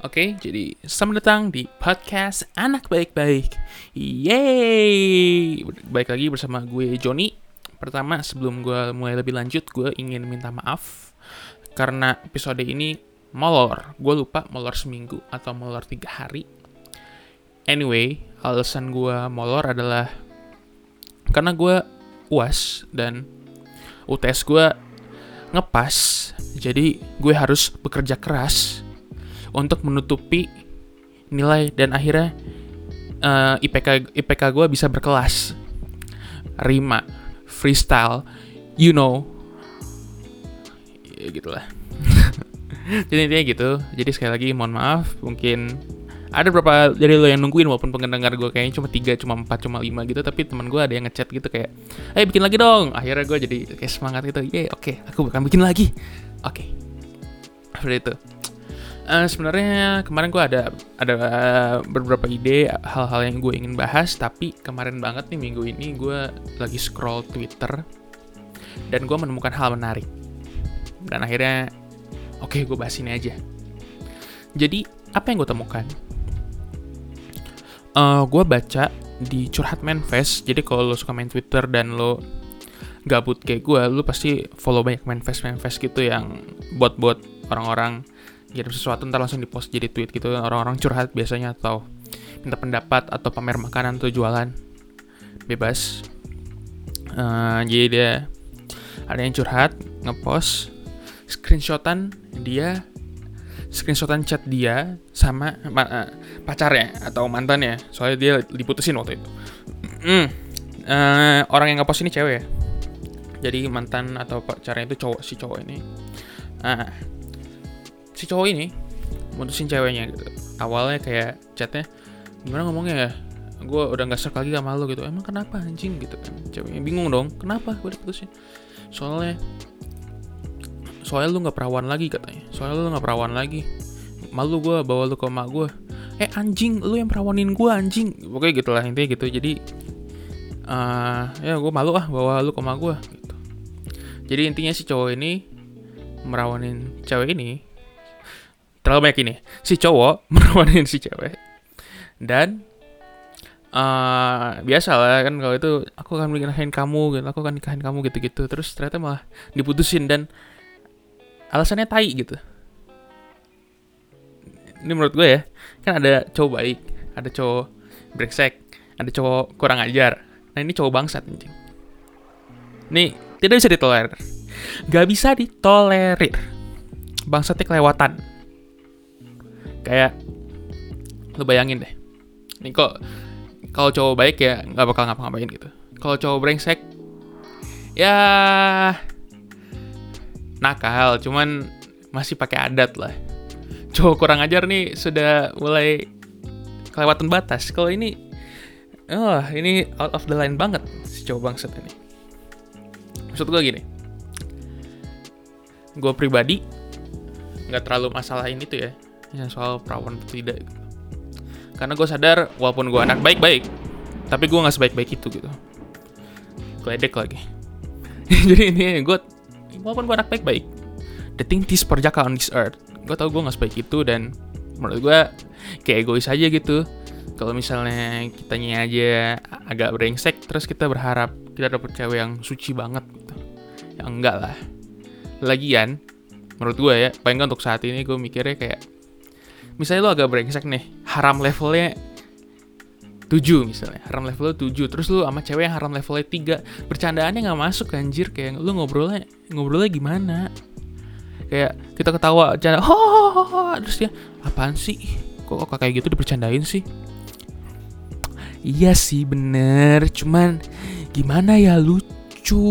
Oke, jadi selamat datang di podcast Anak Baik-Baik. Yeay! Baik lagi bersama gue, Joni. Pertama, sebelum gue mulai lebih lanjut, gue ingin minta maaf karena episode ini molor. Gue lupa molor seminggu atau molor 3 hari. Anyway, alasan gue molor adalah karena gue UAS dan UTS gue ngepas. Jadi gue harus bekerja keras untuk menutupi nilai dan akhirnya IPK gue bisa berkelas, rima, freestyle, ya gitulah. Jadi intinya gitu. Jadi sekali lagi mohon maaf, mungkin ada beberapa dari lo yang nungguin walaupun pendengar gue kayaknya cuma 3, cuma 4, cuma 5 gitu, tapi teman gue ada yang ngechat gitu kayak, "Ayo bikin lagi dong." Akhirnya gue jadi kayak semangat gitu. Oke, aku bakal bikin lagi. Oke. Seperti itu. Sebenarnya kemarin gue ada beberapa ide hal-hal yang gue ingin bahas, tapi kemarin banget nih minggu ini gue lagi scroll Twitter dan gue menemukan hal menarik dan akhirnya oke, gue bahas ini aja. Jadi apa yang gue temukan? Gue baca di Curhat Manfest. Jadi kalau lo suka main Twitter dan lo gabut kayak gue, lo pasti follow banyak Manfest gitu yang bot orang-orang kirim sesuatu ntar langsung dipost jadi tweet gitu, orang-orang curhat biasanya atau minta pendapat atau pamer makanan atau jualan bebas. Jadi dia ada yang curhat ngepost screenshotan chat dia sama pacarnya atau mantannya, soalnya dia diputusin waktu itu. Orang yang ngepost ini cewek ya, jadi mantan atau pacarnya itu cowok. Si cowok ini mutusin ceweknya gitu. Awalnya kayak chatnya, "Gimana ngomongnya ya? Gue udah gak serk lagi sama lo gitu." "Emang kenapa anjing?" gitu kan. Ceweknya bingung dong, "Kenapa gue diputusin?" Soalnya lu gak perawan lagi katanya. Malu gue bawa lu ke emak gue. Anjing, lu yang perawanin gue anjing. Pokoknya gitulah intinya gitu. Jadi ya gue malu bawa lu ke emak gue gitu. Jadi intinya si cowok ini merawanin cewek ini. Terlalu banyak ini. Si cowok merawanin si cewek. Dan biasalah kan kalau itu, "Aku akan nikahin kamu gitu, aku akan nikahin kamu gitu-gitu." Terus ternyata malah diputusin dan alasannya tai gitu. Ini menurut gue ya, kan ada cowok baik, ada cowok brengsek, ada cowok kurang ajar. Nah ini cowok bangsat anjing. Ini tidak bisa ditolerir. Gak bisa ditolerir. Bangsatnya kelewatan. Kayak lu bayangin deh. Ini kok kalau cowok baik ya nggak bakal ngapa-ngapain gitu. Kalau cowok brengsek ya nakal, cuman masih pakai adat lah. Cowok kurang ajar nih sudah mulai kelewatan batas. Kalau ini out of the line banget si cowok bangsat ini. Maksud gue gini, gue pribadi nggak terlalu masalahin itu ya, yang soal perawan atau tidak gitu. Karena gue sadar walaupun gue anak baik-baik, tapi gue gak sebaik-baik itu gitu. Geledek lagi. Jadi ini walaupun gue anak baik-baik, the thing is perjaka on this earth, gue tau gue gak sebaik itu. Dan menurut gue kayak egois aja gitu kalau misalnya kitanya aja agak brengsek terus kita berharap kita dapet cewek yang suci banget gitu. Ya enggak lah. Lagian menurut gue ya, paling gak untuk saat ini gue mikirnya kayak, misalnya lo agak brengsek nih, haram levelnya 7 misalnya, haram levelnya 7, terus lo sama cewek yang haram levelnya 3, bercandaannya gak masuk anjir, kayak lo ngobrolnya gimana? Kayak kita ketawa, bercanda, terus dia, "Apaan sih? Kok kayak gitu dibercandain sih?" Iya sih bener, cuman gimana ya, lucu.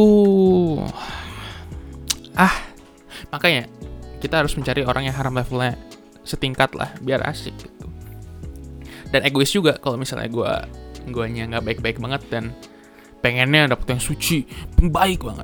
Makanya kita harus mencari orang yang haram levelnya setingkat lah, biar asik gitu. Dan egois juga kalau misalnya guanya nggak baik-baik banget dan pengennya dapet yang suci, baik banget.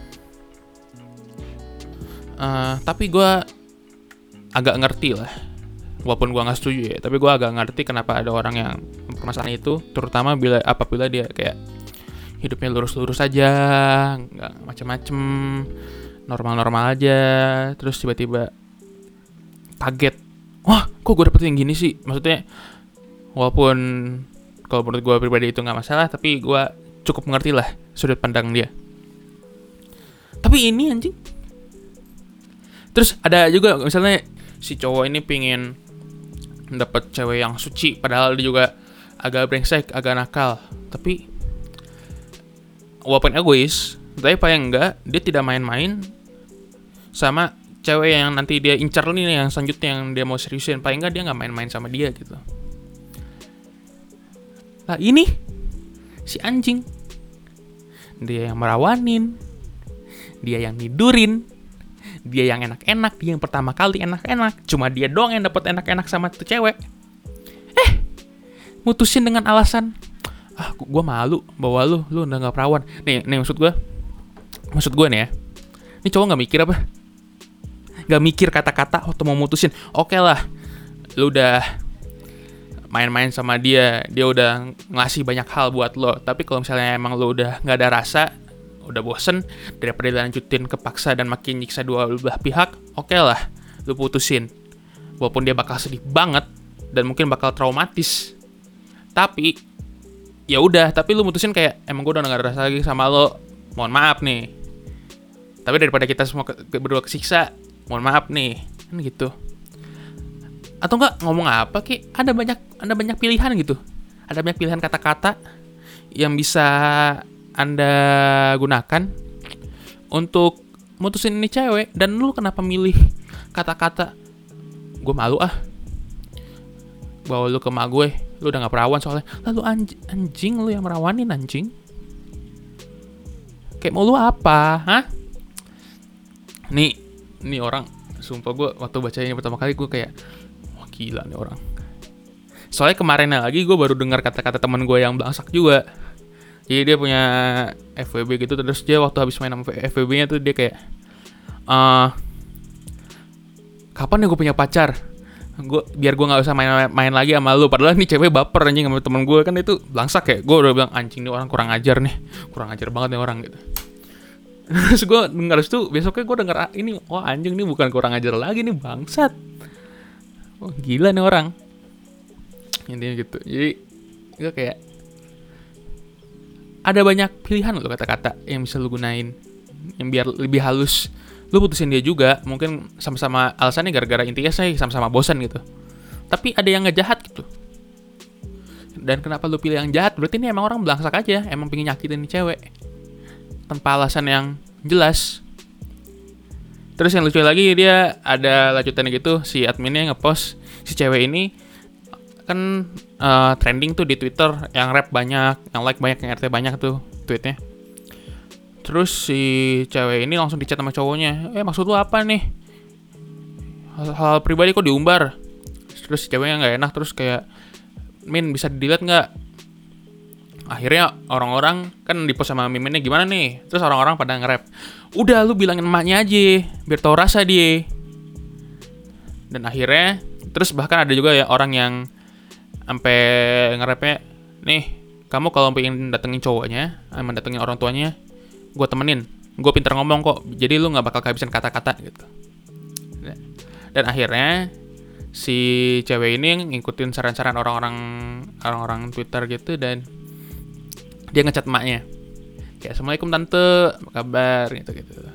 Tapi gue agak ngerti lah, walaupun gue nggak setuju ya, tapi gue agak ngerti kenapa ada orang yang mempermasalahkan itu, terutama apabila dia kayak hidupnya lurus-lurus aja, nggak macem-macem, normal-normal aja, terus tiba-tiba kaget wah kok gue dapet yang gini sih, maksudnya walaupun kalau menurut gue pribadi itu nggak masalah, tapi gue cukup mengerti lah sudut pandang dia. Tapi ini anjing. Terus ada juga misalnya si cowok ini pingin dapet cewek yang suci, padahal dia juga agak brengsek, agak nakal. Tapi walaupun egois, tapi paling enggak dia tidak main-main sama cewek yang nanti dia incar nih, yang selanjutnya yang dia mau seriusin. Paling enggak dia nggak main-main sama dia gitu. Lah ini si anjing, dia yang merawanin, dia yang tidurin, dia yang enak-enak, dia yang pertama kali enak-enak. Cuma dia doang yang dapat enak-enak sama tuh cewek. Mutusin dengan alasan, gue malu bawa lu udah nggak perawan. Nih maksud gue nih ya. Ini cowok nggak mikir apa? Nggak mikir kata-kata waktu mau mutusin. Oke lah, lu udah main-main sama dia udah ngasih banyak hal buat lo. Tapi kalau misalnya emang lo udah nggak ada rasa, udah bosen, daripada dilanjutin kepaksa dan makin nyiksa dua belah pihak, oke lah, lu putusin. Walaupun dia bakal sedih banget dan mungkin bakal traumatis. Tapi ya udah, tapi lu mutusin kayak emang gue udah gak ada rasa lagi sama lo, mohon maaf nih. Tapi daripada kita semua berdua kesiksa, mohon maaf nih, kan gitu. Atau enggak ngomong apa ki? Ada banyak pilihan gitu. Ada banyak pilihan kata-kata yang bisa Anda gunakan untuk mutusin ini cewek. Dan lu kenapa milih kata-kata gue malu bawa lu ke mak gue, lu udah gak perawan soalnya. Lalu anjing lu yang merawanin anjing. Kayak mau lu apa, hah? Nih orang, sumpah gue waktu baca ini pertama kali gue kayak, wah gila nih orang. Soalnya kemarinnya lagi gue baru dengar kata-kata teman gue yang belangsak juga. Jadi dia punya FWB gitu, terus dia waktu habis main sama FWB-nya tuh dia kayak, kapan ya gue punya pacar? Biar gue nggak usah main lagi sama lu. Padahal nih cewek baper anjing sama temen gue, kan itu belangsak ya. Gue udah bilang anjing nih orang kurang ajar banget nih orang gitu. Terus gue denger itu besoknya gue denger ini, wah anjing nih bukan kurang ajar lagi nih, bangsat. Oh gila nih orang. Intinya gitu. Jadi gue kayak ada banyak pilihan loh kata-kata yang bisa lu gunain yang biar lebih halus. Lu putusin dia juga, mungkin sama-sama alasannya gara-gara intinya saya sama-sama bosan gitu. Tapi ada yang ngejahat gitu. Dan kenapa lu pilih yang jahat? Berarti ini emang orang belangsak aja, emang pengen nyakitin nih cewek tanpa alasan yang jelas. Terus yang lucu lagi, dia ada lanjutannya gitu, si adminnya ngepost si cewek ini kan trending tuh di Twitter, yang rap banyak, yang like banyak, yang RT banyak tuh tweetnya. Terus si cewek ini langsung dicat sama cowoknya, maksud lu apa nih? Hal pribadi kok diumbar? Terus si ceweknya nggak enak, terus kayak, Min bisa di-delete nggak? Akhirnya orang-orang kan di post sama miminnya gimana nih? Terus orang-orang pada nge-rap, udah lu bilangin emaknya aja, biar tau rasa dia. Dan akhirnya, terus bahkan ada juga ya orang yang sampai nge-rapnya, nih kamu kalau pengen datengin cowoknya, emang datengin orang tuanya, gue temenin, gue pinter ngomong kok, jadi lu nggak bakal kehabisan kata-kata gitu. Dan akhirnya si cewek ini ngikutin saran-saran orang-orang Twitter gitu, dan dia ngechat emaknya kayak, assalamualaikum tante, apa kabar gitu.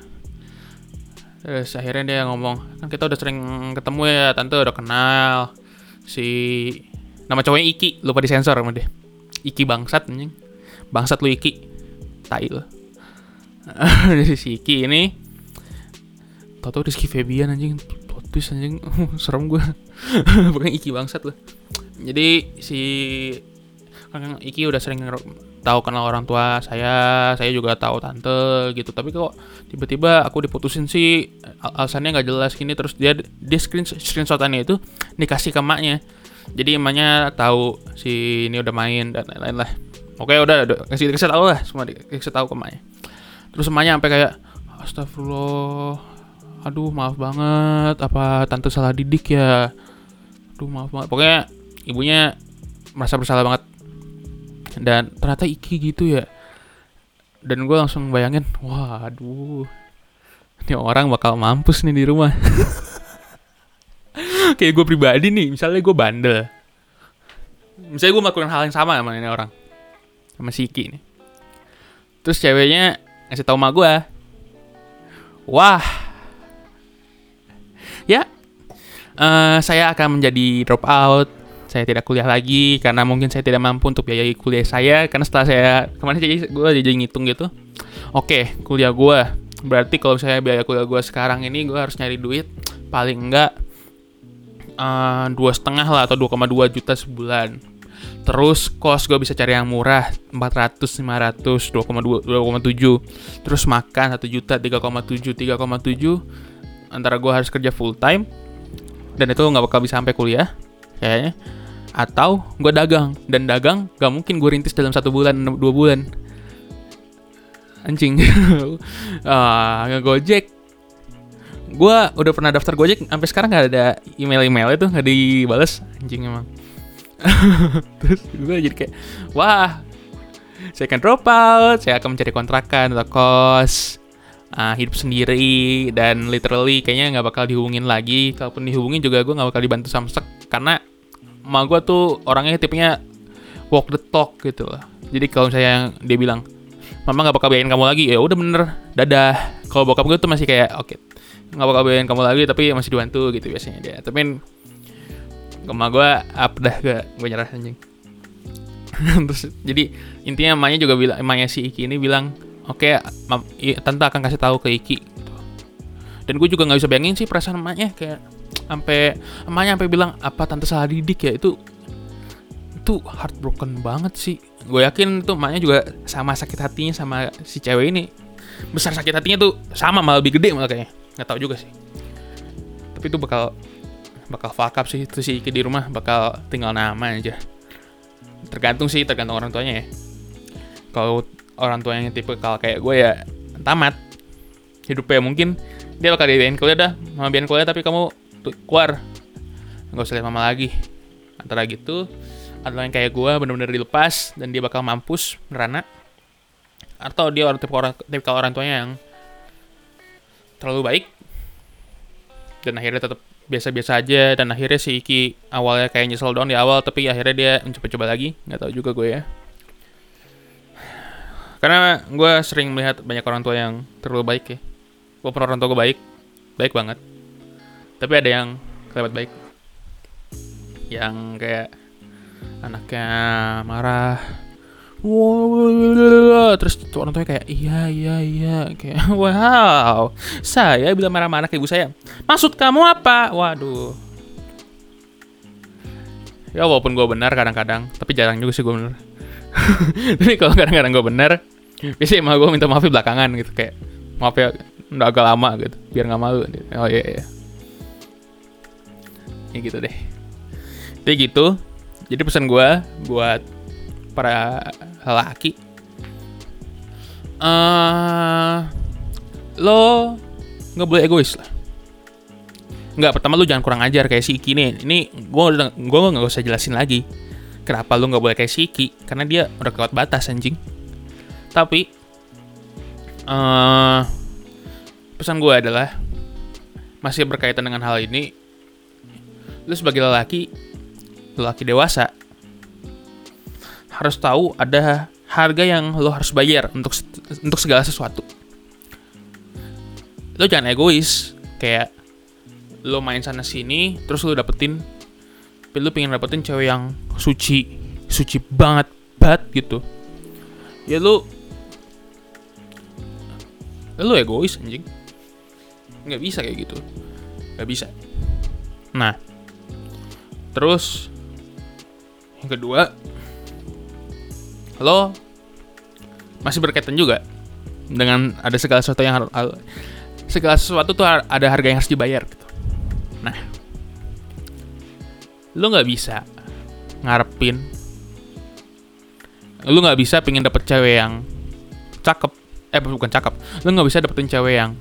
Terus akhirnya dia ngomong, kan kita udah sering ketemu ya tante, udah kenal. Si nama cowoknya Iki, lupa disensor sama dia. Iki bangsat anjing, bangsat lu Iki, tai lu. Jadi si Iki ini tau-tau Rizky Febian anjing, plot twist anjing. Serem gue. Bukan Iki bangsat loh. Jadi si kan Iki udah sering tahu kenal orang tua saya juga tahu tante gitu. Tapi kok tiba-tiba aku diputusin sih, alasannya nggak jelas gini. Terus dia screenshotannya itu dikasih ke emaknya. Jadi emaknya tahu si ini udah main dan lain-lain lah. Oke udah kasih tahu lah, semua dikasih tahu ke emaknya. Terus emaknya sampai kayak, astagfirullah, aduh maaf banget, apa tante salah didik ya, aduh maaf banget. Pokoknya ibunya merasa bersalah banget. Dan ternyata Iki gitu ya. Dan gue langsung bayangin, waduh, ini orang bakal mampus nih di rumah. Kayak gue pribadi nih, misalnya gue bandel. Misalnya gue melakukan hal yang sama sama ini orang, sama si Iki nih. Terus ceweknya ngasih tau sama gue, wah, ya, saya akan menjadi drop out. Saya tidak kuliah lagi karena mungkin saya tidak mampu untuk biayai kuliah saya. Karena setelah saya kemarin gue jadi ngitung gitu. Oke, kuliah gue. Berarti kalau saya biaya kuliah gue sekarang ini gue harus nyari duit paling enggak 2,5 lah atau 2,2 juta sebulan. Terus kos gue bisa cari yang murah 400, 500, 2,2, 2,7. Terus makan 1 juta 3,7 antara gue harus kerja full time dan itu nggak bakal bisa sampai kuliah kayaknya. Atau gue dagang, dan dagang gak mungkin gue rintis dalam 1 bulan, 2 bulan. Anjing. Ngegojek. Gue udah pernah daftar Gojek, sampai sekarang gak ada email-email itu, gak dibales. Anjing emang. Terus gue jadi kayak, wah, saya akan drop out, saya akan mencari kontrakan atau kos, hidup sendiri, dan literally kayaknya gak bakal dihubungin lagi. Kalaupun dihubungin juga gue gak bakal dibantu samsek, karena emak gue tuh orangnya tipenya walk the talk gitu loh. Jadi kalau misalnya dia bilang, mama gak bakal biayain kamu lagi, ya udah bener, dadah. Kalau bokap gue tuh masih kayak, oke, gak bakal biayain kamu lagi, tapi masih dibantu gitu biasanya dia. Tapi emak gue dah gue nyerah anjing. Terus jadi intinya emaknya juga bilang, emaknya si Iki ini bilang, oke, tante akan kasih tahu ke Iki. Dan gue juga nggak bisa bayangin sih perasaan emaknya, kayak emaknya sampai bilang apa tante salah didik ya. Itu heartbroken banget sih. Gue yakin tuh emaknya juga sama sakit hatinya sama si cewek ini. Besar sakit hatinya tuh sama, malah lebih gede malah kayaknya. Nggak tahu juga sih. Tapi itu bakal fuck up sih. Itu si Iki di rumah bakal tinggal nama aja. Tergantung orang tuanya ya. Kalau orang tuanya tipe kayak gue ya tamat hidupnya, mungkin dia bakal dibiayain kuliah dah, mama biayain kuliah tapi kamu keluar, nggak usah lihat mama lagi. Antara gitu, atau yang kayak gue bener-bener dilepas dan dia bakal mampus merana, atau dia tipe orang tuanya yang terlalu baik dan akhirnya tetap biasa-biasa aja, dan akhirnya si Iki awalnya kayak nyesel doang di awal, tapi akhirnya dia mencoba-coba lagi. Nggak tahu juga gue ya, karena gue sering melihat banyak orang tua yang terlalu baik ya. Walaupun orang tua gue baik banget, tapi ada yang kelewat baik, yang kayak anaknya marah, terus orang tuanya kayak iya kayak wow, saya bila marah-marah ke ibu saya, maksud kamu apa? Waduh. Ya walaupun gue benar kadang-kadang, tapi jarang juga sih gue benar. Tapi kalau kadang-kadang gue benar, biasanya emang gue minta maaf belakangan gitu, kayak maaf ya udah agak lama gitu, biar nggak malu. Oh iya. Ya gitu deh. Jadi gitu. Jadi pesan gue buat para lelaki, lo nggak boleh egois lah. Nggak, pertama lo jangan kurang ajar kayak si Iki nih. Ini gue nggak usah jelasin lagi kenapa lo nggak boleh kayak si Iki, karena dia udah kelewat batas anjing. Tapi pesan gue adalah, masih berkaitan dengan hal ini, lo sebagai lelaki dewasa harus tahu ada harga yang lo harus bayar untuk segala sesuatu. Lo jangan egois, kayak lo main sana sini terus lo dapetin, tapi lo pengen dapetin cewek yang suci banget gitu. Ya lo egois anjing. Nggak bisa kayak gitu, nggak bisa. Nah, terus yang kedua, lo masih berkaitan juga dengan ada segala sesuatu tuh ada harga yang harus dibayar gitu. Nah, lo nggak bisa ngarepin, lo nggak bisa pengen dapet cewek yang cakep, bukan cakep, lo nggak bisa dapetin cewek yang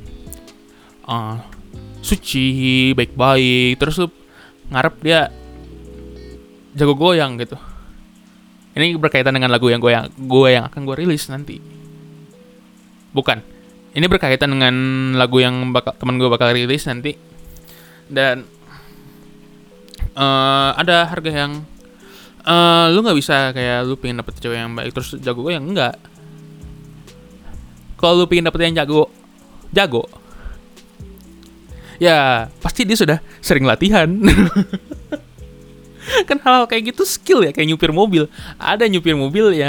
suci, baik-baik, terus lu ngarep dia jago goyang gitu. Ini berkaitan dengan lagu yang yang akan gue rilis nanti. Bukan, ini berkaitan dengan lagu yang teman gue bakal rilis nanti. Dan ada harga yang lu nggak bisa kayak lu pengen dapet cewek yang baik terus jago yang enggak. Kalau lu pengen dapet yang jago, ya pasti dia sudah sering latihan. Kan hal-hal kayak gitu skill ya, kayak nyupir mobil. Ada nyupir mobil